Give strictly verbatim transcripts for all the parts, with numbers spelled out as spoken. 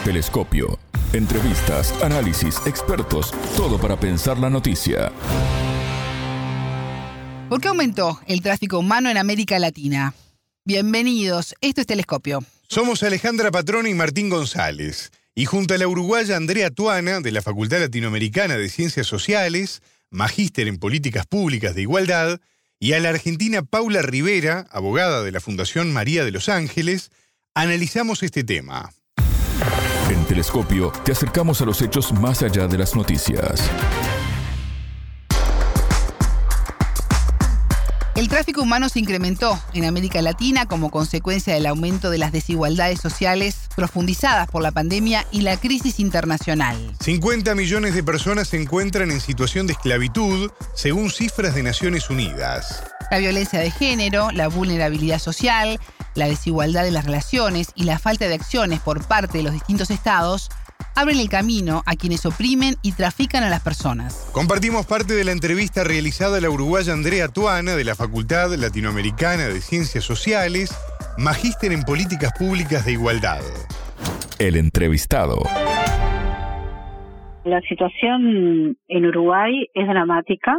Telescopio. Entrevistas, análisis, expertos, todo para pensar la noticia. ¿Por qué aumentó el tráfico humano en América Latina? Bienvenidos, esto es Telescopio. Somos Alejandra Patrón y Martín González. Y junto a la uruguaya Andrea Tuana, de la Facultad Latinoamericana de Ciencias Sociales, magíster en Políticas Públicas de Igualdad, y a la argentina Paula Rivera, abogada de la Fundación María de los Ángeles, analizamos este tema. En Telescopio te acercamos a los hechos más allá de las noticias. El tráfico humano se incrementó en América Latina como consecuencia del aumento de las desigualdades sociales profundizadas por la pandemia y la crisis internacional. cincuenta millones de personas se encuentran en situación de esclavitud, según cifras de Naciones Unidas. La violencia de género, la vulnerabilidad social, la desigualdad de las relaciones y la falta de acciones por parte de los distintos estados abren el camino a quienes oprimen y trafican a las personas. Compartimos parte de la entrevista realizada a la uruguaya Andrea Tuana, de la Facultad Latinoamericana de Ciencias Sociales, magíster en Políticas Públicas de Igualdad. El entrevistado. La situación en Uruguay es dramática,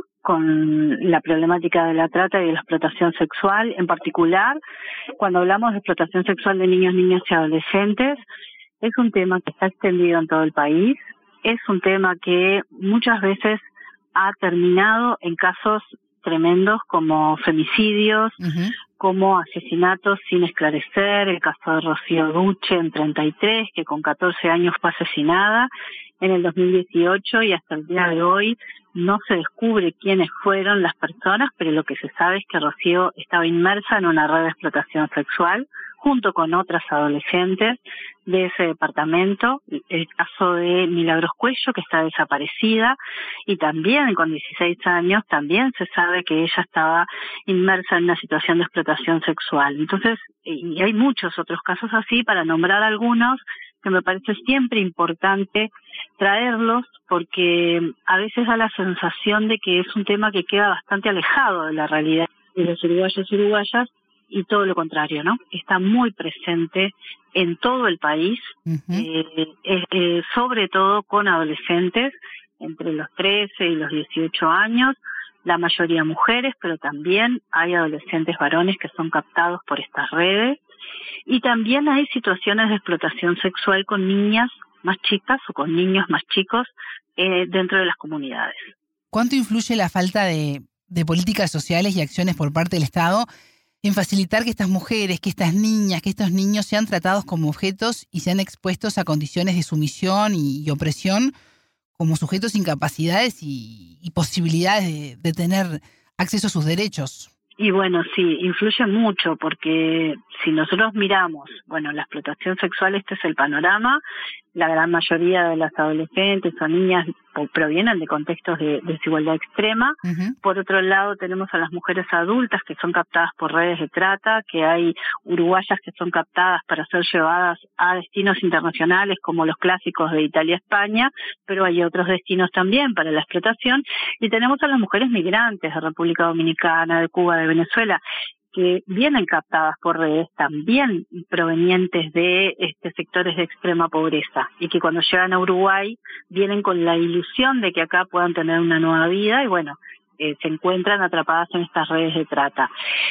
con la problemática de la trata y de la explotación sexual. En particular, cuando hablamos de explotación sexual de niños, niñas y adolescentes, es un tema que está extendido en todo el país, es un tema que muchas veces ha terminado en casos tremendos como femicidios, uh-huh. como asesinatos sin esclarecer, el caso de Rocío Duche en treinta y tres, que con catorce años fue asesinada en el dos mil dieciocho, y hasta el día de hoy no se descubre quiénes fueron las personas, pero lo que se sabe es que Rocío estaba inmersa en una red de explotación sexual junto con otras adolescentes de ese departamento. El caso de Milagros Cuello, que está desaparecida, y también con dieciséis años también se sabe que ella estaba inmersa en una situación de explotación sexual. Entonces, y hay muchos otros casos así, para nombrar algunos, que me parece siempre importante traerlos, porque a veces da la sensación de que es un tema que queda bastante alejado de la realidad de los uruguayos y uruguayas, y todo lo contrario, ¿no? Está muy presente en todo el país, uh-huh. eh, eh, eh, sobre todo con adolescentes entre los trece y los dieciocho años, la mayoría mujeres, pero también hay adolescentes varones que son captados por estas redes, y también hay situaciones de explotación sexual con niñas más chicas o con niños más chicos eh, dentro de las comunidades. ¿Cuánto influye la falta de, de políticas sociales y acciones por parte del Estado en facilitar que estas mujeres, que estas niñas, que estos niños sean tratados como objetos y sean expuestos a condiciones de sumisión y, y opresión como sujetos sin capacidades y, y posibilidades de, de tener acceso a sus derechos? Y bueno, sí, influye mucho, porque si nosotros miramos, bueno, la explotación sexual, este es el panorama, la gran mayoría de las adolescentes o niñas provienen de contextos de desigualdad extrema. Uh-huh. Por otro lado, tenemos a las mujeres adultas que son captadas por redes de trata, que hay uruguayas que son captadas para ser llevadas a destinos internacionales como los clásicos de Italia y España, pero hay otros destinos también para la explotación. Y tenemos a las mujeres migrantes de República Dominicana, de Cuba, de Venezuela, que vienen captadas por redes también provenientes de este, sectores de extrema pobreza, y que cuando llegan a Uruguay vienen con la ilusión de que acá puedan tener una nueva vida, y bueno, eh, se encuentran atrapadas en estas redes de trata.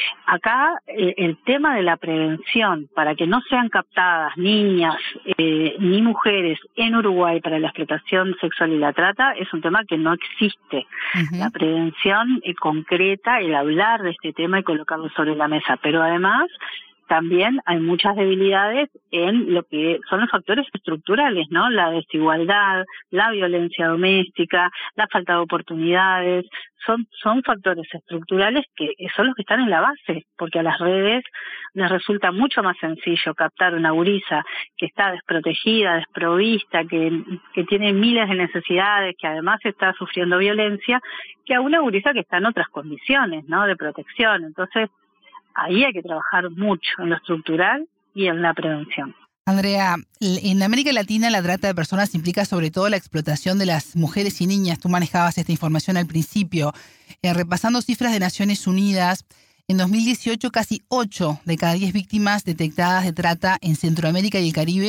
Acá eh, el tema de la prevención para que no sean captadas niñas eh, ni mujeres en Uruguay para la explotación sexual y la trata es un tema que no existe. Uh-huh. La prevención eh, concreta, el hablar de este tema y colocarlo sobre la mesa, pero además también hay muchas debilidades en lo que son los factores estructurales, ¿no? La desigualdad, la violencia doméstica, la falta de oportunidades, son, son factores estructurales que son los que están en la base, porque a las redes les resulta mucho más sencillo captar una gurisa que está desprotegida, desprovista, que, que tiene miles de necesidades, que además está sufriendo violencia, que a una gurisa que está en otras condiciones, ¿no? De protección. Entonces, ahí hay que trabajar mucho en lo estructural y en la prevención. Andrea, en América Latina la trata de personas implica sobre todo la explotación de las mujeres y niñas. Tú manejabas esta información al principio. Eh, repasando cifras de Naciones Unidas, en dos mil dieciocho casi ocho de cada diez víctimas detectadas de trata en Centroamérica y el Caribe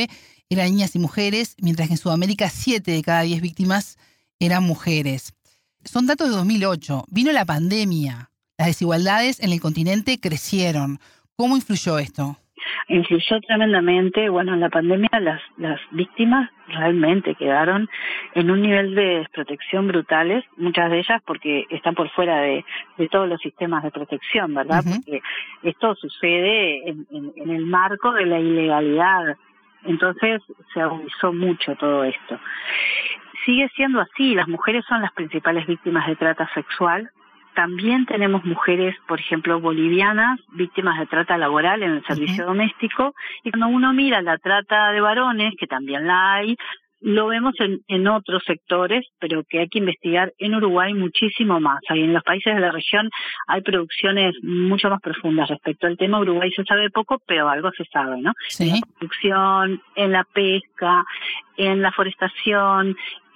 eran niñas y mujeres, mientras que en Sudamérica siete de cada diez víctimas eran mujeres. Son datos de dos mil ocho. Vino la pandemia. Las desigualdades en el continente crecieron. ¿Cómo influyó esto? Influyó tremendamente. Bueno, en la pandemia las, las víctimas realmente quedaron en un nivel de desprotección brutales, muchas de ellas porque están por fuera de, de todos los sistemas de protección, ¿verdad? Uh-huh. Porque esto sucede en, en, en el marco de la ilegalidad. Entonces se agudizó mucho todo esto. Sigue siendo así, las mujeres son las principales víctimas de trata sexual. También tenemos mujeres, por ejemplo, bolivianas, víctimas de trata laboral en el servicio uh-huh. doméstico. Y cuando uno mira la trata de varones, que también la hay, lo vemos en, en otros sectores, pero que hay que investigar en Uruguay muchísimo más. Ahí en los países de la región hay producciones mucho más profundas respecto al tema. Uruguay se sabe poco, pero algo se sabe, ¿no? Sí. En la producción, en la pesca, en la forestación,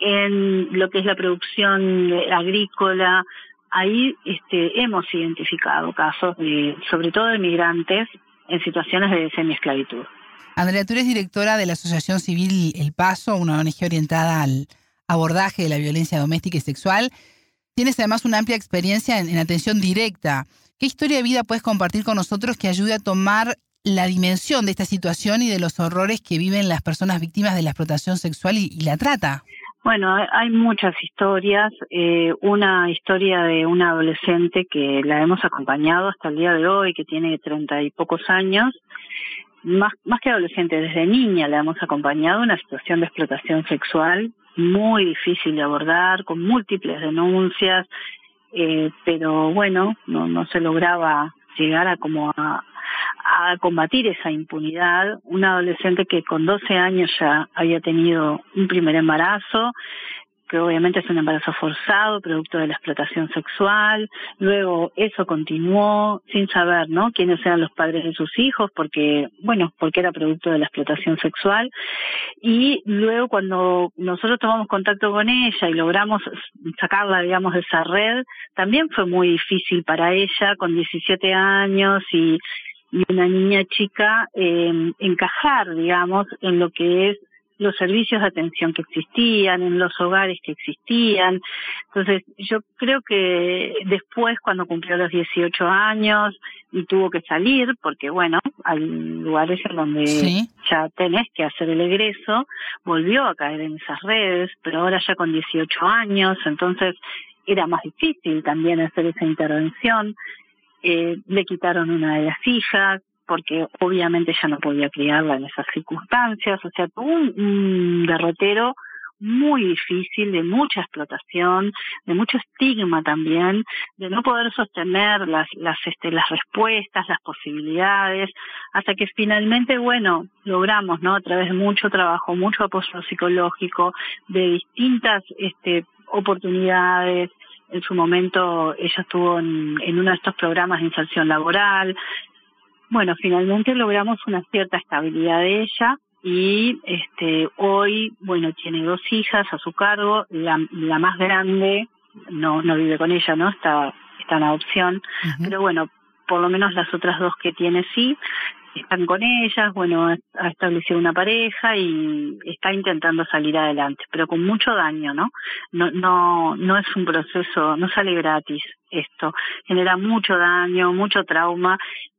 en lo que es la producción agrícola. Ahí este, hemos identificado casos, de, sobre todo de migrantes, en situaciones de semiesclavitud. Andrea, tú eres directora de la Asociación Civil El Paso, una O N G orientada al abordaje de la violencia doméstica y sexual. Tienes además una amplia experiencia en, en atención directa. ¿Qué historia de vida puedes compartir con nosotros que ayude a tomar la dimensión de esta situación y de los horrores que viven las personas víctimas de la explotación sexual y, y la trata? Bueno, hay muchas historias. Eh, una historia de una adolescente que la hemos acompañado hasta el día de hoy, que tiene treinta y pocos años. Más, más que adolescente, desde niña la hemos acompañado en una situación de explotación sexual muy difícil de abordar, con múltiples denuncias, eh, pero bueno, no, no se lograba llegar a como a, a combatir esa impunidad. Una adolescente que con doce años ya había tenido un primer embarazo, que obviamente es un embarazo forzado, producto de la explotación sexual. Luego eso continuó sin saber, ¿no?, quiénes eran los padres de sus hijos, porque, bueno, porque era producto de la explotación sexual. Y luego cuando nosotros tomamos contacto con ella y logramos sacarla, digamos, de esa red, también fue muy difícil para ella, con diecisiete años y, y una niña chica, eh, encajar, digamos, en lo que es los servicios de atención que existían, en los hogares que existían. Entonces, yo creo que después, cuando cumplió los dieciocho años y tuvo que salir, porque bueno, hay lugares en donde sí. ya tenés que hacer el egreso, volvió a caer en esas redes, pero ahora ya con dieciocho años, entonces era más difícil también hacer esa intervención. Eh, le quitaron una de las hijas, porque obviamente ya no podía criarla en esas circunstancias. O sea, tuvo un, un derrotero muy difícil, de mucha explotación, de mucho estigma también, de no poder sostener las las este, las respuestas, las posibilidades, hasta que finalmente, bueno, logramos, ¿no?, a través de mucho trabajo, mucho apoyo psicológico, de distintas este, oportunidades. En su momento ella estuvo en, en uno de estos programas de inserción laboral. Bueno, finalmente logramos una cierta estabilidad de ella y este hoy, bueno, tiene dos hijas a su cargo. La, la más grande no no vive con ella, ¿no? Está, está en adopción. Uh-huh. Pero bueno, por lo menos las otras dos que tiene sí, están con ellas. Bueno, ha establecido una pareja y está intentando salir adelante, pero con mucho daño, ¿no? No, no, no es un proceso, no sale gratis esto. Genera mucho daño, mucho trauma.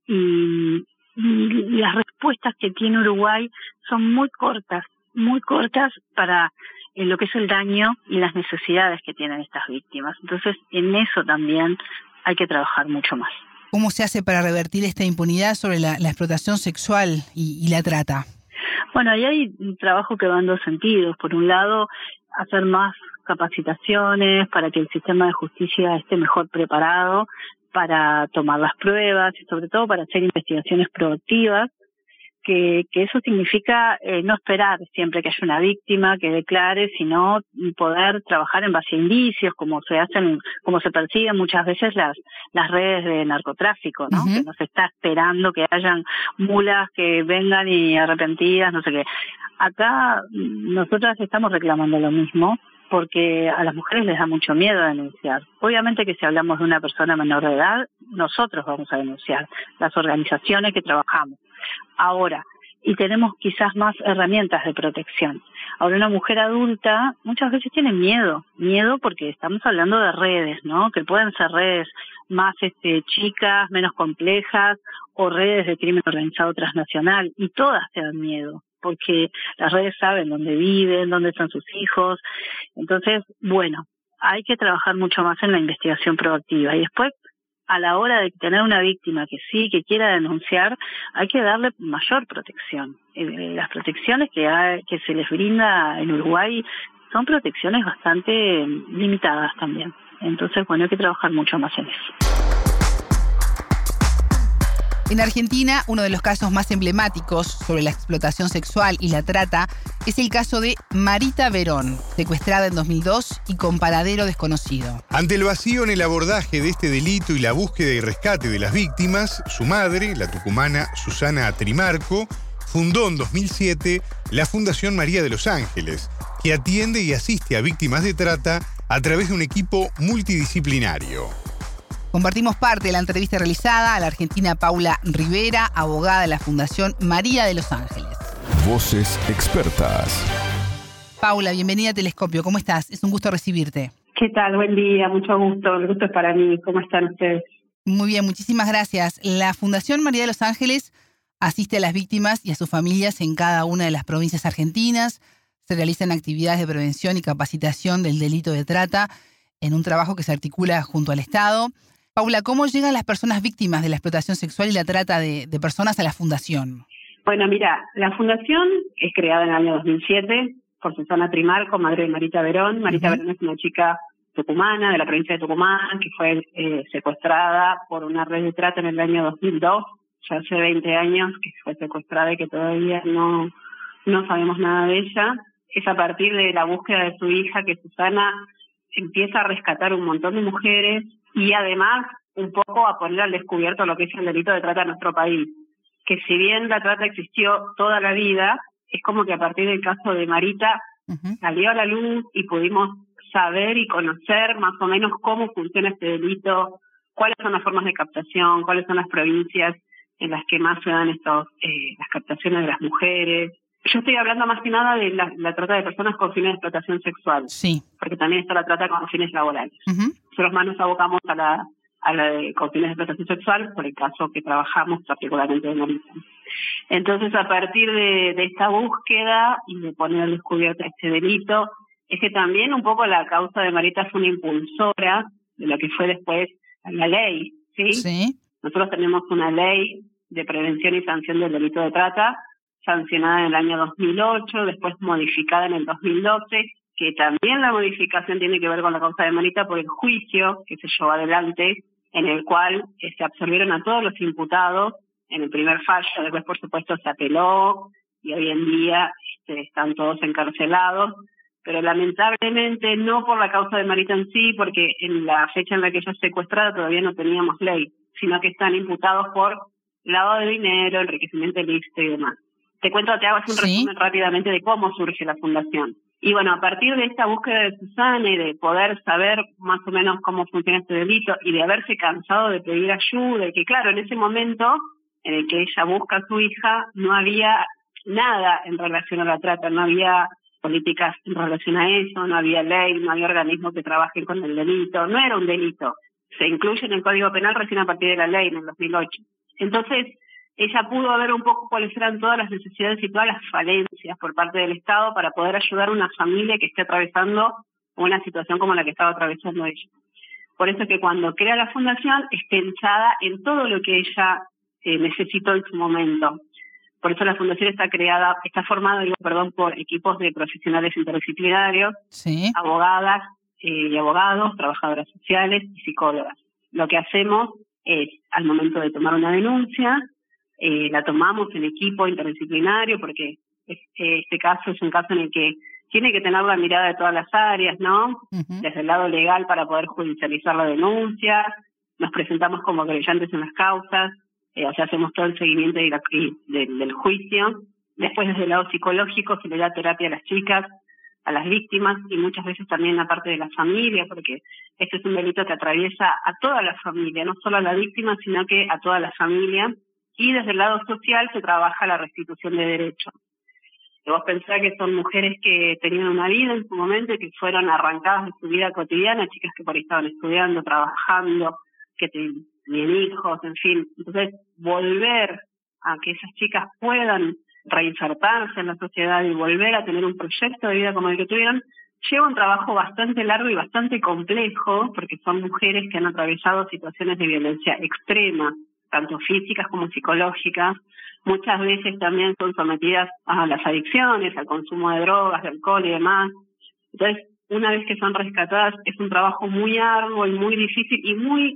Y, y las respuestas que tiene Uruguay son muy cortas, muy cortas para eh, lo que es el daño y las necesidades que tienen estas víctimas. Entonces, en eso también hay que trabajar mucho más. ¿Cómo se hace para revertir esta impunidad sobre la, la explotación sexual y, y la trata? Bueno, ahí hay un trabajo que va en dos sentidos. Por un lado, hacer más capacitaciones para que el sistema de justicia esté mejor preparado para tomar las pruebas y sobre todo para hacer investigaciones proactivas, que, que eso significa eh, no esperar siempre que haya una víctima que declare, sino poder trabajar en base a indicios, como se hacen, como se persiguen muchas veces las las redes de narcotráfico, ¿no? Uh-huh. Que no se está esperando que hayan mulas que vengan y arrepentidas, no sé qué. Acá nosotras estamos reclamando lo mismo, porque a las mujeres les da mucho miedo denunciar. Obviamente que si hablamos de una persona menor de edad, nosotros vamos a denunciar, las organizaciones que trabajamos. Ahora, y tenemos quizás más herramientas de protección. Ahora, una mujer adulta muchas veces tiene miedo, miedo porque estamos hablando de redes, ¿no? Que pueden ser redes más este, chicas, menos complejas, o redes de crimen organizado transnacional, y todas te dan miedo, porque las redes saben dónde viven, dónde están sus hijos. Entonces, bueno, hay que trabajar mucho más en la investigación proactiva. Y después, a la hora de tener una víctima que sí, que quiera denunciar, hay que darle mayor protección. Eh, las protecciones que, hay, que se les brinda en Uruguay son protecciones bastante limitadas también. Entonces, bueno, hay que trabajar mucho más en eso. En Argentina, uno de los casos más emblemáticos sobre la explotación sexual y la trata es el caso de Marita Verón, secuestrada en dos mil dos y con paradero desconocido. Ante el vacío en el abordaje de este delito y la búsqueda y rescate de las víctimas, su madre, la tucumana Susana Trimarco, fundó en dos mil siete la Fundación María de los Ángeles, que atiende y asiste a víctimas de trata a través de un equipo multidisciplinario. Compartimos parte de la entrevista realizada a la argentina Paula Rivera, abogada de la Fundación María de los Ángeles. Voces expertas. Paula, bienvenida a Telescopio. ¿Cómo estás? Es un gusto recibirte. ¿Qué tal? Buen día, mucho gusto. El gusto es para mí. ¿Cómo están ustedes? Muy bien, muchísimas gracias. La Fundación María de los Ángeles asiste a las víctimas y a sus familias en cada una de las provincias argentinas. Se realizan actividades de prevención y capacitación del delito de trata en un trabajo que se articula junto al Estado. Paula, ¿cómo llegan las personas víctimas de la explotación sexual y la trata de, de personas a la Fundación? Bueno, mira, la Fundación es creada en el año dos mil siete por Susana Trimarco, madre de Marita Verón. Marita uh-huh. Verón es una chica tucumana, de la provincia de Tucumán, que fue eh, secuestrada por una red de trata en el año dos mil dos, ya hace veinte años que fue secuestrada y que todavía no, no sabemos nada de ella. Es a partir de la búsqueda de su hija que Susana empieza a rescatar un montón de mujeres y además un poco a poner al descubierto lo que es el delito de trata en nuestro país. Que si bien la trata existió toda la vida, es como que a partir del caso de Marita uh-huh. salió a la luz y pudimos saber y conocer más o menos cómo funciona este delito, cuáles son las formas de captación, cuáles son las provincias en las que más se dan estos, eh, las captaciones de las mujeres. Yo estoy hablando más que nada de la, la trata de personas con fines de explotación sexual, sí, porque también está la trata con fines laborales. Uh-huh. Nosotros más nos abocamos a la, a la de, con fines de explotación sexual, por el caso que trabajamos particularmente de Marita. Entonces, a partir de, de esta búsqueda y de poner al descubierto este delito, es que también un poco la causa de Marita fue una impulsora de lo que fue después la ley, ¿sí? Sí. Nosotros tenemos una ley de prevención y sanción del delito de trata, sancionada en el año dos mil ocho, después modificada en el dos mil doce, que también la modificación tiene que ver con la causa de Marita por el juicio que se llevó adelante, en el cual eh, se absolvieron a todos los imputados en el primer fallo, después por supuesto se apeló y hoy en día este, están todos encarcelados, pero lamentablemente no por la causa de Marita en sí, porque en la fecha en la que ella es secuestrada todavía no teníamos ley, sino que están imputados por lavado de dinero, enriquecimiento ilícito y demás. Te cuento, te hago así un ¿Sí? resumen rápidamente de cómo surge la Fundación. Y bueno, a partir de esta búsqueda de Susana y de poder saber más o menos cómo funciona este delito y de haberse cansado de pedir ayuda, y que claro, en ese momento en el que ella busca a su hija, no había nada en relación a la trata, no había políticas en relación a eso, no había ley, no había organismos que trabajen con el delito, no era un delito. Se incluye en el Código Penal recién a partir de la ley, en el dos mil ocho. Entonces, ella pudo ver un poco cuáles eran todas las necesidades y todas las falencias por parte del Estado para poder ayudar a una familia que esté atravesando una situación como la que estaba atravesando ella. Por eso que cuando crea la Fundación es pensada en todo lo que ella eh, necesitó en su momento. Por eso la Fundación está creada, está formada, digo, perdón, por equipos de profesionales interdisciplinarios, sí, abogadas eh, y abogados, trabajadoras sociales y psicólogas. Lo que hacemos es, al momento de tomar una denuncia, eh, la tomamos en equipo interdisciplinario, porque este, este caso es un caso en el que tiene que tener la mirada de todas las áreas, ¿no? Uh-huh. Desde el lado legal para poder judicializar la denuncia, nos presentamos como querellantes en las causas, eh, o sea, hacemos todo el seguimiento de la, de, del juicio. Después, desde el lado psicológico, se le da terapia a las chicas, a las víctimas y muchas veces también a parte de la familia, porque este es un delito que atraviesa a toda la familia, no solo a la víctima, sino que a toda la familia. y desde el lado social se trabaja la restitución de derechos. Que vos pensás que son mujeres que tenían una vida en su momento y que fueron arrancadas de su vida cotidiana, chicas que por ahí estaban estudiando, trabajando, que tenían hijos, en fin. Entonces, volver a que esas chicas puedan reinsertarse en la sociedad y volver a tener un proyecto de vida como el que tuvieron, lleva un trabajo bastante largo y bastante complejo, porque son mujeres que han atravesado situaciones de violencia extrema, tanto físicas como psicológicas. Muchas veces también son sometidas a las adicciones, al consumo de drogas, de alcohol y demás. Entonces, una vez que son rescatadas, es un trabajo muy arduo y muy difícil y muy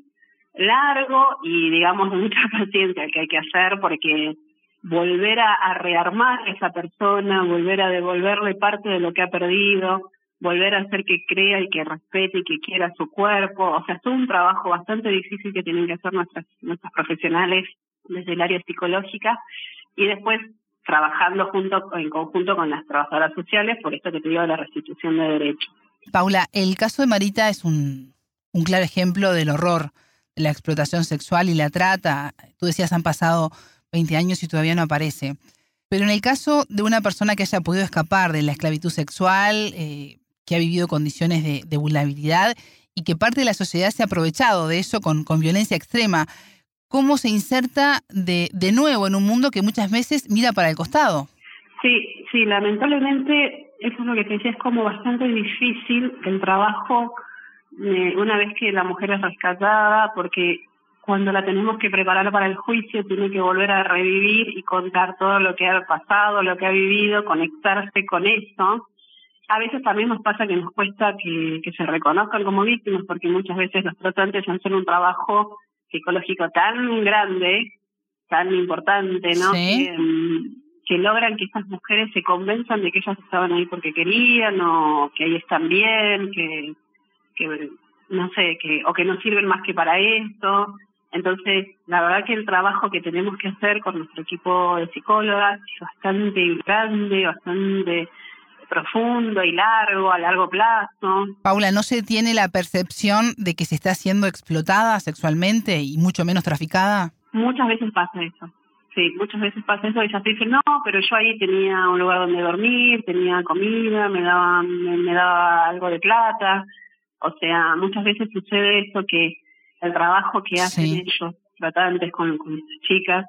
largo y, digamos, de mucha paciencia el que hay que hacer, porque volver a, a rearmar a esa persona, volver a devolverle parte de lo que ha perdido, volver a hacer que crea y que respete y que quiera su cuerpo. O sea, es todo un trabajo bastante difícil que tienen que hacer nuestras, nuestras profesionales desde el área psicológica y después trabajando junto en conjunto con las trabajadoras sociales, por esto que te digo de la restitución de derechos. Paula, el caso de Marita es un, un claro ejemplo del horror de la explotación sexual y la trata. Tú decías, han pasado veinte años y todavía no aparece. Pero en el caso de una persona que haya podido escapar de la esclavitud sexual, eh, que ha vivido condiciones de, de vulnerabilidad y que parte de la sociedad se ha aprovechado de eso con, con violencia extrema, ¿cómo se inserta de, de nuevo en un mundo que muchas veces mira para el costado? Sí, sí, lamentablemente eso es lo que te decía, es como bastante difícil el trabajo eh, una vez que la mujer es rescatada, porque cuando la tenemos que preparar para el juicio tiene que volver a revivir y contar todo lo que ha pasado, lo que ha vivido, conectarse con eso. A veces también nos pasa que nos cuesta que, que se reconozcan como víctimas, porque muchas veces los tratantes hacen un trabajo psicológico tan grande, tan importante, ¿no? Sí. Que, que logran que estas mujeres se convenzan de que ellas estaban ahí porque querían, o que ahí están bien, que, que no sé, que o que no sirven más que para esto. Entonces, la verdad que el trabajo que tenemos que hacer con nuestro equipo de psicólogas es bastante grande, bastante profundo y largo, a largo plazo. Paula, ¿no se tiene la percepción de que se está siendo explotada sexualmente y mucho menos traficada? Muchas veces pasa eso. Sí, muchas veces pasa eso. Ellas te dicen, no, pero yo ahí tenía un lugar donde dormir, tenía comida, me daban, me, me daba algo de plata. O sea, muchas veces sucede eso, que el trabajo que hacen sí. ellos, tratantes con, con estas chicas,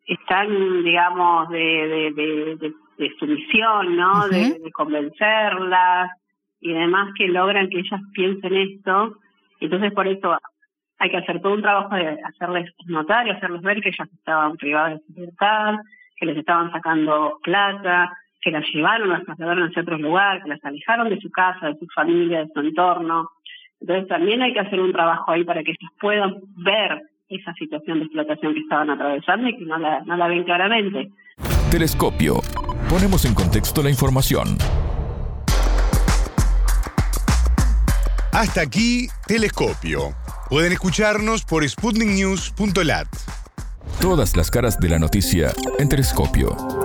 están, digamos, de, de, de, de, de sumisión, ¿no? Uh-huh. de, de convencerlas y demás, que logran que ellas piensen esto. Entonces, por eso hay que hacer todo un trabajo de hacerles notar y hacerles ver que ellas estaban privadas de su libertad, que les estaban sacando plata, que las llevaron, las trasladaron hacia otros lugares, que las alejaron de su casa, de su familia, de su entorno. Entonces también hay que hacer un trabajo ahí para que ellas puedan ver esa situación de explotación que estaban atravesando y que no la, no la ven claramente. Telescopio. Ponemos en contexto la información. Hasta aquí, Telescopio. Pueden escucharnos por sputnik news punto lat. Todas las caras de la noticia en Telescopio.